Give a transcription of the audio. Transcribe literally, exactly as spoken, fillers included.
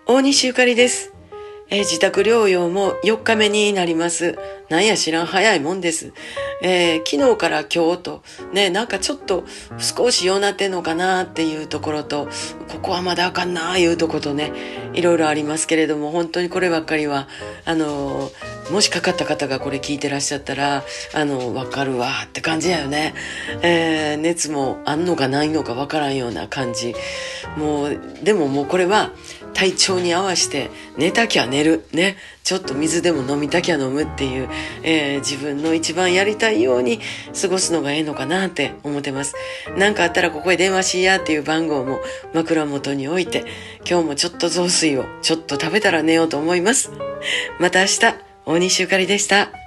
大西ゆかりです。えー自宅療養もよっかめになります。なんや知らん早いもんです。えー昨日から今日と、ね、なんかちょっと少しようなってんのかなっていうところと、ここはまだあかんなーいうとことね、いろいろありますけれども、本当にこればっかりは、あのーもしかかった方がこれ聞いてらっしゃったら、あの、わかるわーって感じやよね。えー熱もあんのかないのかわからんような感じ。もう、でももうこれは体調に合わせて寝たきゃ寝る。ね。ちょっと水でも飲みたきゃ飲むっていう、えー自分の一番やりたいように過ごすのがええのかなって思ってます。なんかあったらここへ電話しやっていう番号も枕元に置いて、今日もちょっと雑炊をちょっと食べたら寝ようと思います。また明日、大西ゆかりでした。